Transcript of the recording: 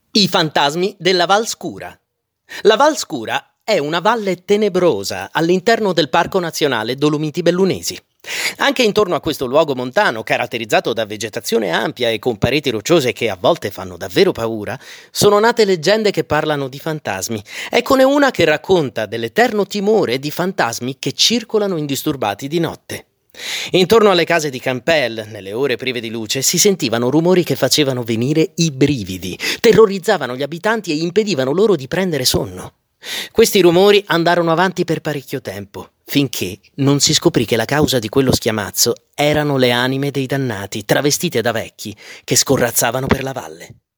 I fantasmi della Val Scura. La Val Scura è una valle tenebrosa all'interno del Parco Nazionale Dolomiti Bellunesi. Anche intorno a questo luogo montano, caratterizzato da vegetazione ampia e con pareti rocciose che a volte fanno davvero paura, sono nate leggende che parlano di fantasmi. Eccone una che racconta dell'eterno timore di fantasmi che circolano indisturbati di notte. Intorno alle case di Campel, nelle ore prive di luce, si sentivano rumori che facevano venire i brividi, terrorizzavano gli abitanti e impedivano loro di prendere sonno. Questi rumori andarono avanti per parecchio tempo, finché non si scoprì che la causa di quello schiamazzo erano le anime dei dannati, travestite da vecchi, che scorrazzavano per la valle.